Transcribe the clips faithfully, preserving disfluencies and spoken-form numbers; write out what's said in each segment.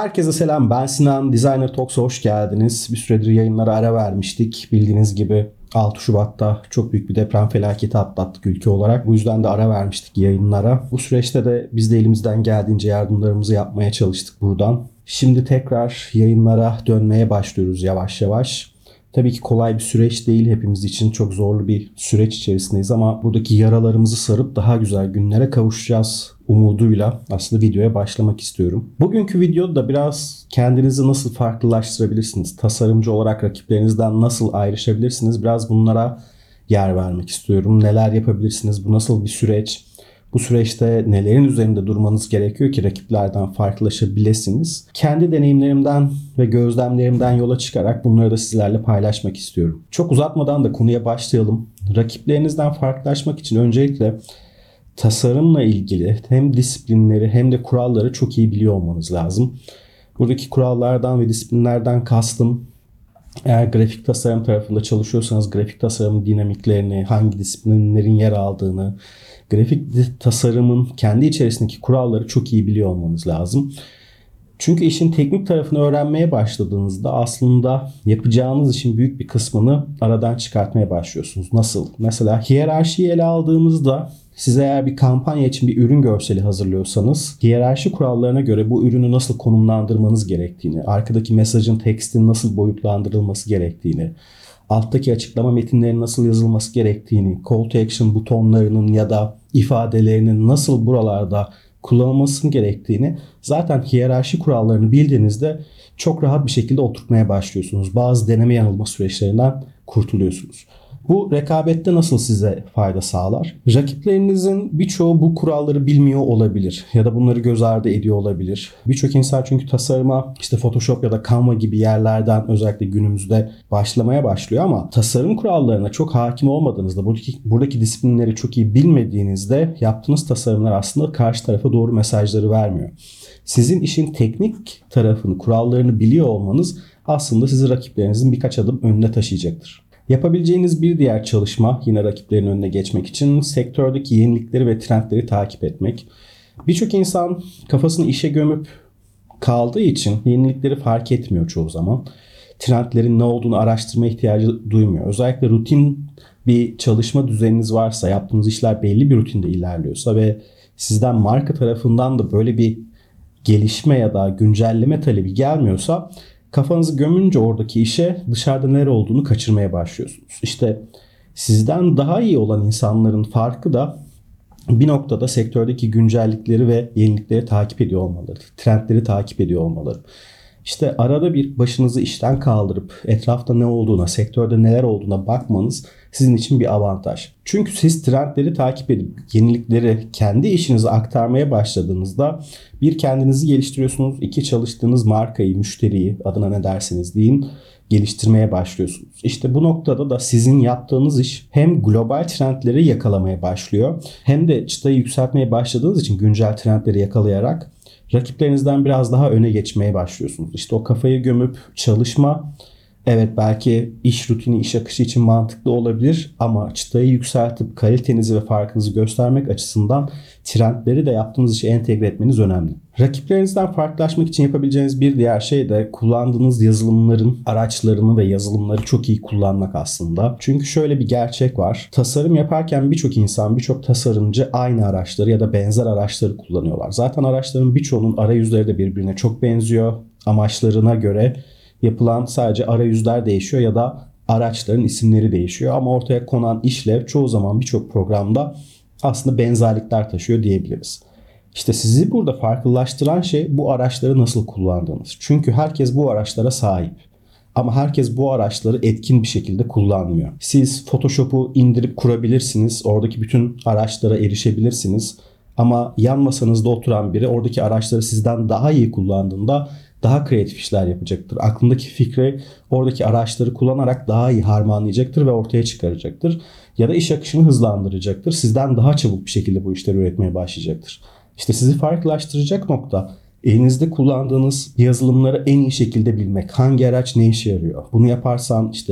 Herkese selam, ben Sinan. Designer Talks'a hoş geldiniz. Bir süredir yayınlara ara vermiştik. Bildiğiniz gibi altı Şubat'ta çok büyük bir deprem felaketi atlattık ülke olarak. Bu yüzden de ara vermiştik yayınlara. Bu süreçte de biz de elimizden geldiğince yardımlarımızı yapmaya çalıştık buradan. Şimdi tekrar yayınlara dönmeye başlıyoruz yavaş yavaş. Tabii ki kolay bir süreç değil, hepimiz için çok zorlu bir süreç içerisindeyiz ama buradaki yaralarımızı sarıp daha güzel günlere kavuşacağız umuduyla aslında videoya başlamak istiyorum. Bugünkü videoda biraz kendinizi nasıl farklılaştırabilirsiniz, tasarımcı olarak rakiplerinizden nasıl ayrışabilirsiniz, biraz bunlara yer vermek istiyorum. Neler yapabilirsiniz, bu nasıl bir süreç? Bu süreçte nelerin üzerinde durmanız gerekiyor ki rakiplerden farklılaşabilirsiniz? Kendi deneyimlerimden ve gözlemlerimden yola çıkarak bunları da sizlerle paylaşmak istiyorum. Çok uzatmadan da konuya başlayalım. Rakiplerinizden farklılaşmak için öncelikle tasarımla ilgili hem disiplinleri hem de kuralları çok iyi biliyor olmanız lazım. Buradaki kurallardan ve disiplinlerden kastım, eğer grafik tasarım tarafında çalışıyorsanız grafik tasarım dinamiklerini, hangi disiplinlerin yer aldığını, grafik tasarımın kendi içerisindeki kuralları çok iyi biliyor olmanız lazım. Çünkü işin teknik tarafını öğrenmeye başladığınızda aslında yapacağınız işin büyük bir kısmını aradan çıkartmaya başlıyorsunuz. Nasıl? Mesela hiyerarşiyi ele aldığımızda siz eğer bir kampanya için bir ürün görseli hazırlıyorsanız hiyerarşi kurallarına göre bu ürünü nasıl konumlandırmanız gerektiğini, arkadaki mesajın, tekstin nasıl boyutlandırılması gerektiğini, alttaki açıklama metinlerinin nasıl yazılması gerektiğini, call to action butonlarının ya da ifadelerinin nasıl buralarda kullanılmasının gerektiğini zaten hiyerarşi kurallarını bildiğinizde çok rahat bir şekilde oturtmaya başlıyorsunuz. Bazı deneme yanılma süreçlerinden kurtuluyorsunuz. Bu rekabette nasıl size fayda sağlar? Rakiplerinizin birçoğu bu kuralları bilmiyor olabilir ya da bunları göz ardı ediyor olabilir. Birçok insan çünkü tasarıma işte Photoshop ya da Canva gibi yerlerden özellikle günümüzde başlamaya başlıyor ama tasarım kurallarına çok hakim olmadığınızda, buradaki, buradaki disiplinleri çok iyi bilmediğinizde yaptığınız tasarımlar aslında karşı tarafa doğru mesajları vermiyor. Sizin işin teknik tarafını, kurallarını biliyor olmanız aslında sizi rakiplerinizin birkaç adım önüne taşıyacaktır. Yapabileceğiniz bir diğer çalışma, yine rakiplerin önüne geçmek için sektördeki yenilikleri ve trendleri takip etmek. Birçok insan kafasını işe gömüp kaldığı için yenilikleri fark etmiyor çoğu zaman. Trendlerin ne olduğunu araştırma ihtiyacı duymuyor. Özellikle rutin bir çalışma düzeniniz varsa, yaptığınız işler belli bir rutinde ilerliyorsa ve sizden marka tarafından da böyle bir gelişme ya da güncelleme talebi gelmiyorsa kafanızı gömünce oradaki işe dışarıda neler olduğunu kaçırmaya başlıyorsunuz. İşte sizden daha iyi olan insanların farkı da bir noktada sektördeki güncellikleri ve yenilikleri takip ediyor olmaları, trendleri takip ediyor olmaları. İşte arada bir başınızı işten kaldırıp etrafta ne olduğuna, sektörde neler olduğuna bakmanız sizin için bir avantaj. Çünkü siz trendleri takip edip yenilikleri kendi işinize aktarmaya başladığınızda bir kendinizi geliştiriyorsunuz, iki çalıştığınız markayı, müşteriyi, adına ne derseniz deyin, geliştirmeye başlıyorsunuz. İşte bu noktada da sizin yaptığınız iş hem global trendleri yakalamaya başlıyor hem de çıtayı yükseltmeye başladığınız için güncel trendleri yakalayarak rakiplerinizden biraz daha öne geçmeye başlıyorsunuz. İşte o kafayı gömüp çalışma, evet belki iş rutini, iş akışı için mantıklı olabilir ama çıtayı yükseltip kalitenizi ve farkınızı göstermek açısından trendleri de yaptığınız işe entegre etmeniz önemli. Rakiplerinizden farklılaşmak için yapabileceğiniz bir diğer şey de kullandığınız yazılımların araçlarını ve yazılımları çok iyi kullanmak aslında. Çünkü şöyle bir gerçek var. Tasarım yaparken birçok insan, birçok tasarımcı aynı araçları ya da benzer araçları kullanıyorlar. Zaten araçların birçoğunun arayüzleri de birbirine çok benziyor. Amaçlarına göre yapılan sadece arayüzler değişiyor ya da araçların isimleri değişiyor. Ama ortaya konan işlev çoğu zaman birçok programda aslında benzerlikler taşıyor diyebiliriz. İşte sizi burada farklılaştıran şey bu araçları nasıl kullandığınız. Çünkü herkes bu araçlara sahip. Ama herkes bu araçları etkin bir şekilde kullanmıyor. Siz Photoshop'u indirip kurabilirsiniz. Oradaki bütün araçlara erişebilirsiniz. Ama yan masanızda oturan biri oradaki araçları sizden daha iyi kullandığında daha kreatif işler yapacaktır. Aklındaki fikri oradaki araçları kullanarak daha iyi harmanlayacaktır ve ortaya çıkaracaktır. Ya da iş akışını hızlandıracaktır. Sizden daha çabuk bir şekilde bu işleri üretmeye başlayacaktır. İşte sizi farklılaştıracak nokta elinizde kullandığınız yazılımları en iyi şekilde bilmek. Hangi araç ne işe yarıyor? Bunu yaparsan işte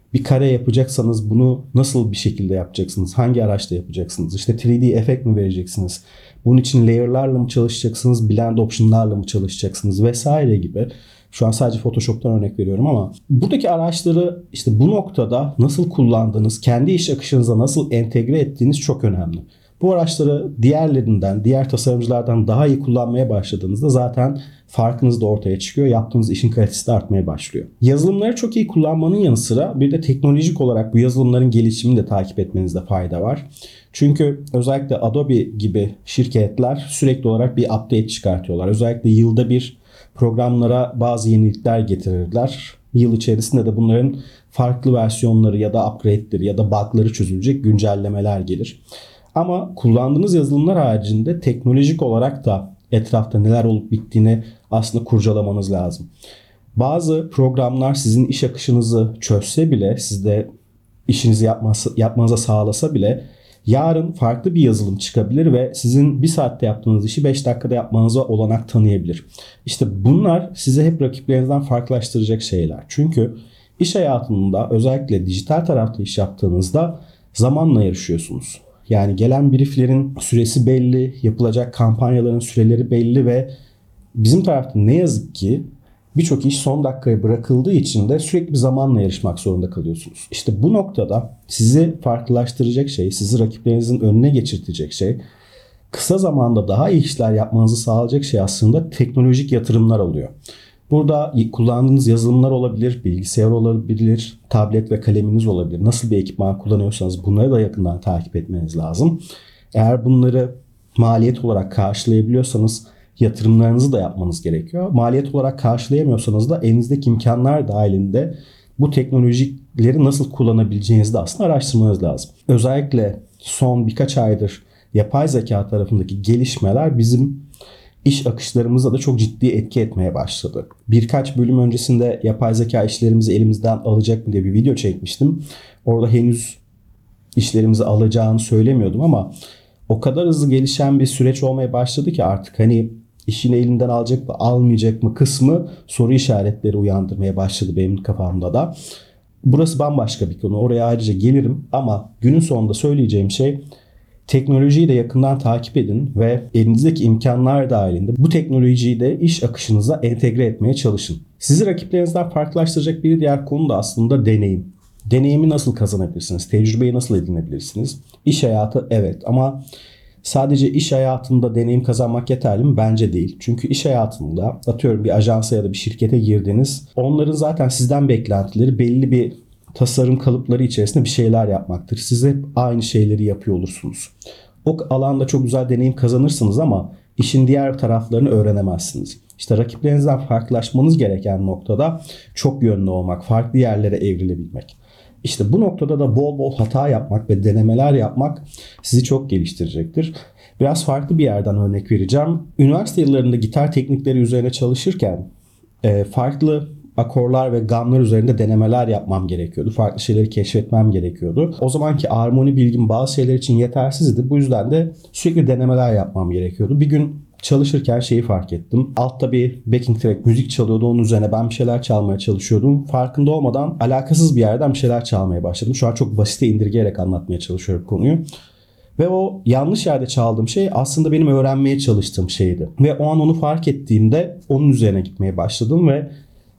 Bir kare yapacaksanız bunu nasıl bir şekilde yapacaksınız? Hangi araçla yapacaksınız? İşte üç D efekt mi vereceksiniz? Bunun için layer'larla mı çalışacaksınız? Blend option'larla mı çalışacaksınız? Vesaire gibi. Şu an sadece Photoshop'tan örnek veriyorum ama buradaki araçları işte bu noktada nasıl kullandığınız, kendi iş akışınıza nasıl entegre ettiğiniz çok önemli. Bu araçları diğerlerinden, diğer tasarımcılardan daha iyi kullanmaya başladığınızda zaten farkınız da ortaya çıkıyor. Yaptığınız işin kalitesi de artmaya başlıyor. Yazılımları çok iyi kullanmanın yanı sıra bir de teknolojik olarak bu yazılımların gelişimini de takip etmenizde fayda var. Çünkü özellikle Adobe gibi şirketler sürekli olarak bir update çıkartıyorlar. Özellikle yılda bir programlara bazı yenilikler getirirler. Yıl içerisinde de bunların farklı versiyonları ya da upgrade'leri ya da bug'ları çözülecek güncellemeler gelir. Ama kullandığınız yazılımlar haricinde teknolojik olarak da etrafta neler olup bittiğini aslında kurcalamanız lazım. Bazı programlar sizin iş akışınızı çözse bile, sizde işinizi yapması, yapmanıza sağlasa bile yarın farklı bir yazılım çıkabilir ve sizin bir saatte yaptığınız işi beş dakikada yapmanıza olanak tanıyabilir. İşte bunlar sizi hep rakiplerinizden farklılaştıracak şeyler. Çünkü iş hayatında özellikle dijital tarafta iş yaptığınızda zamanla yarışıyorsunuz. Yani gelen brieflerin süresi belli, yapılacak kampanyaların süreleri belli ve bizim tarafta ne yazık ki birçok iş son dakikaya bırakıldığı için de sürekli bir zamanla yarışmak zorunda kalıyorsunuz. İşte bu noktada sizi farklılaştıracak şey, sizi rakiplerinizin önüne geçirtecek şey, kısa zamanda daha iyi işler yapmanızı sağlayacak şey aslında teknolojik yatırımlar oluyor. Burada kullandığınız yazılımlar olabilir, bilgisayar olabilir, tablet ve kaleminiz olabilir. Nasıl bir ekipman kullanıyorsanız bunları da yakından takip etmeniz lazım. Eğer bunları maliyet olarak karşılayabiliyorsanız yatırımlarınızı da yapmanız gerekiyor. Maliyet olarak karşılayamıyorsanız da elinizdeki imkanlar dahilinde bu teknolojileri nasıl kullanabileceğinizi de aslında araştırmanız lazım. Özellikle son birkaç aydır yapay zeka tarafındaki gelişmeler bizim iş akışlarımıza da çok ciddi etki etmeye başladı. Birkaç bölüm öncesinde yapay zeka işlerimizi elimizden alacak mı diye bir video çekmiştim. Orada henüz işlerimizi alacağını söylemiyordum ama o kadar hızlı gelişen bir süreç olmaya başladı ki artık hani işini elinden alacak mı almayacak mı kısmı soru işaretleri uyandırmaya başladı benim kafamda da. Burası bambaşka bir konu. Oraya ayrıca gelirim ama günün sonunda söyleyeceğim şey, teknolojiyi de yakından takip edin ve elinizdeki imkanlar dahilinde bu teknolojiyi de iş akışınıza entegre etmeye çalışın. Sizi rakiplerinizden farklılaştıracak bir diğer konu da aslında deneyim. Deneyimi nasıl kazanabilirsiniz? Tecrübeyi nasıl edinebilirsiniz? İş hayatı evet ama sadece iş hayatında deneyim kazanmak yeterli mi? Bence değil. Çünkü iş hayatında atıyorum bir ajansa ya da bir şirkete girdiniz. Onların zaten sizden beklentileri belli bir tasarım kalıpları içerisinde bir şeyler yapmaktır. Siz hep aynı şeyleri yapıyor olursunuz. O alanda çok güzel deneyim kazanırsınız ama işin diğer taraflarını öğrenemezsiniz. İşte rakiplerinizden farklılaşmanız gereken noktada çok yönlü olmak, farklı yerlere evrilebilmek. İşte bu noktada da bol bol hata yapmak ve denemeler yapmak sizi çok geliştirecektir. Biraz farklı bir yerden örnek vereceğim. Üniversite yıllarında gitar teknikleri üzerine çalışırken farklı akorlar ve gamlar üzerinde denemeler yapmam gerekiyordu. Farklı şeyleri keşfetmem gerekiyordu. O zamanki armoni bilgim bazı şeyler için yetersizdi. Bu yüzden de sürekli denemeler yapmam gerekiyordu. Bir gün çalışırken şeyi fark ettim. Altta bir backing track müzik çalıyordu. Onun üzerine ben bir şeyler çalmaya çalışıyordum. Farkında olmadan alakasız bir yerden bir şeyler çalmaya başladım. Şu an çok basite indirgeyerek anlatmaya çalışıyorum konuyu. Ve o yanlış yerde çaldığım şey aslında benim öğrenmeye çalıştığım şeydi. Ve o an onu fark ettiğimde onun üzerine gitmeye başladım ve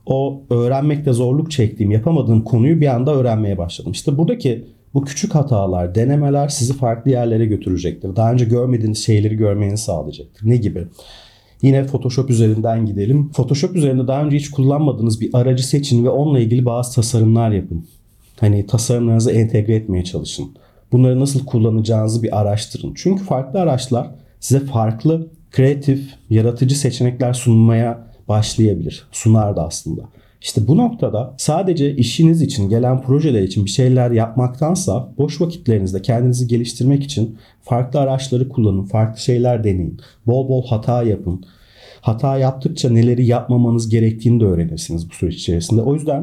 o öğrenmekte zorluk çektiğim, yapamadığım konuyu bir anda öğrenmeye başladım. İşte buradaki bu küçük hatalar, denemeler sizi farklı yerlere götürecektir. Daha önce görmediğiniz şeyleri görmenizi sağlayacaktır. Ne gibi? Yine Photoshop üzerinden gidelim. Photoshop üzerinde daha önce hiç kullanmadığınız bir aracı seçin ve onunla ilgili bazı tasarımlar yapın. Hani tasarımlarınızı entegre etmeye çalışın. Bunları nasıl kullanacağınızı bir araştırın. Çünkü farklı araçlar size farklı, kreatif, yaratıcı seçenekler sunmaya başlayabilir. Sunar da aslında. İşte bu noktada sadece işiniz için, gelen projeler için bir şeyler yapmaktansa boş vakitlerinizde kendinizi geliştirmek için farklı araçları kullanın, farklı şeyler deneyin. Bol bol hata yapın. Hata yaptıkça neleri yapmamanız gerektiğini de öğrenirsiniz bu süreç içerisinde. O yüzden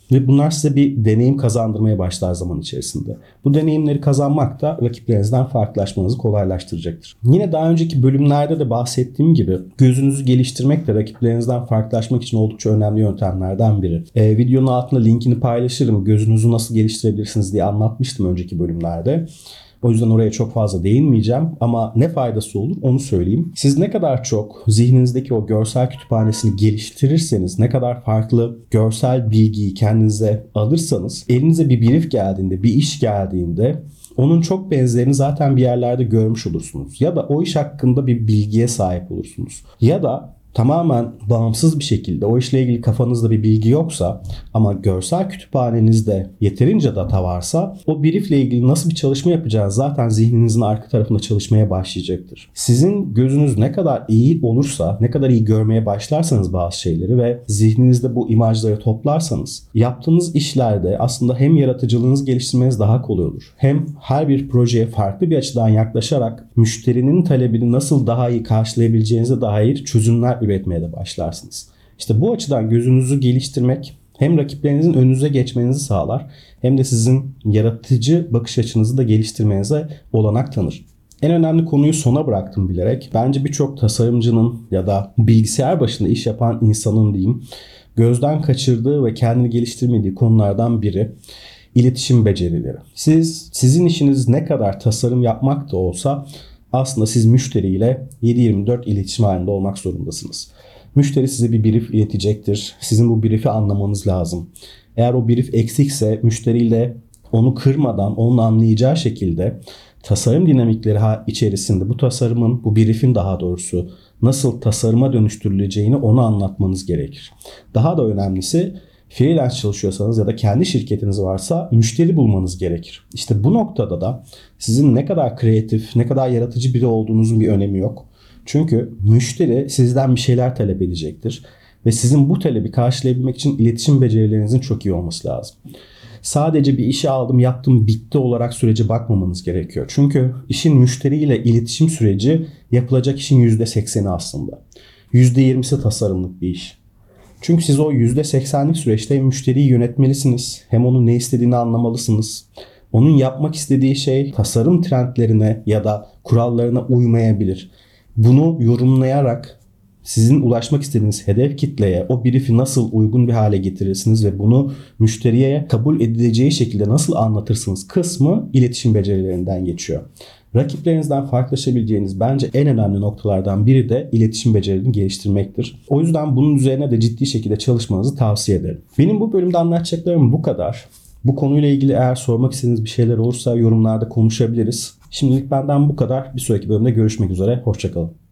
Ve bunlar size bir deneyim kazandırmaya başlar zaman içerisinde. Bu deneyimleri kazanmak da rakiplerinizden farklılaşmanızı kolaylaştıracaktır. Yine daha önceki bölümlerde de bahsettiğim gibi gözünüzü geliştirmek de rakiplerinizden farklılaşmak için oldukça önemli yöntemlerden biri. Ee, videonun altına linkini paylaşırım. Gözünüzü nasıl geliştirebilirsiniz diye anlatmıştım önceki bölümlerde. O yüzden oraya çok fazla değinmeyeceğim ama ne faydası olur onu söyleyeyim. Siz ne kadar çok zihninizdeki o görsel kütüphanesini geliştirirseniz, ne kadar farklı görsel bilgiyi kendinize alırsanız, elinize bir brief geldiğinde, bir iş geldiğinde onun çok benzerini zaten bir yerlerde görmüş olursunuz. Ya da o iş hakkında bir bilgiye sahip olursunuz. Ya da tamamen bağımsız bir şekilde o işle ilgili kafanızda bir bilgi yoksa ama görsel kütüphanenizde yeterince data varsa o briefle ilgili nasıl bir çalışma yapacağınız zaten zihninizin arka tarafında çalışmaya başlayacaktır. Sizin gözünüz ne kadar iyi olursa, ne kadar iyi görmeye başlarsanız bazı şeyleri ve zihninizde bu imajları toplarsanız yaptığınız işlerde aslında hem yaratıcılığınızı geliştirmeniz daha kolay olur. Hem her bir projeye farklı bir açıdan yaklaşarak müşterinin talebini nasıl daha iyi karşılayabileceğinize dair çözümler üretmeye de başlarsınız. İşte bu açıdan gözünüzü geliştirmek hem rakiplerinizin önünüze geçmenizi sağlar hem de sizin yaratıcı bakış açınızı da geliştirmenize olanak tanır. En önemli konuyu sona bıraktım bilerek. Bence birçok tasarımcının ya da bilgisayar başında iş yapan insanın diyeyim gözden kaçırdığı ve kendini geliştirmediği konulardan biri iletişim becerileri. Siz, sizin işiniz ne kadar tasarım yapmak da olsa aslında siz müşteriyle yedi yirmi dört iletişim halinde olmak zorundasınız. Müşteri size bir brief iletecektir. Sizin bu brief'i anlamanız lazım. Eğer o brief eksikse müşteriyle onu kırmadan onun anlayacağı şekilde tasarım dinamikleri içerisinde bu tasarımın, bu brief'in daha doğrusu nasıl tasarıma dönüştürüleceğini onu anlatmanız gerekir. Daha da önemlisi freelance çalışıyorsanız ya da kendi şirketiniz varsa müşteri bulmanız gerekir. İşte bu noktada da sizin ne kadar kreatif, ne kadar yaratıcı biri olduğunuzun bir önemi yok. Çünkü müşteri sizden bir şeyler talep edecektir. Ve sizin bu talebi karşılayabilmek için iletişim becerilerinizin çok iyi olması lazım. Sadece bir işe aldım, yaptım, bitti olarak sürece bakmamanız gerekiyor. Çünkü işin müşteriyle iletişim süreci yapılacak işin yüzde sekseni aslında. yüzde yirmisi tasarımlık bir iş. Çünkü siz o yüzde seksenlik süreçte müşteriyi yönetmelisiniz. Hem onun ne istediğini anlamalısınız. Onun yapmak istediği şey tasarım trendlerine ya da kurallarına uymayabilir. Bunu yorumlayarak sizin ulaşmak istediğiniz hedef kitleye o brief'i nasıl uygun bir hale getirirsiniz ve bunu müşteriye kabul edileceği şekilde nasıl anlatırsınız kısmı iletişim becerilerinden geçiyor. Rakiplerinizden farklılaşabileceğiniz bence en önemli noktalardan biri de iletişim becerilerini geliştirmektir. O yüzden bunun üzerine de ciddi şekilde çalışmanızı tavsiye ederim. Benim bu bölümde anlatacaklarım bu kadar. Bu konuyla ilgili eğer sormak istediğiniz bir şeyler olursa yorumlarda konuşabiliriz. Şimdilik benden bu kadar. Bir sonraki bölümde görüşmek üzere. Hoşça kalın.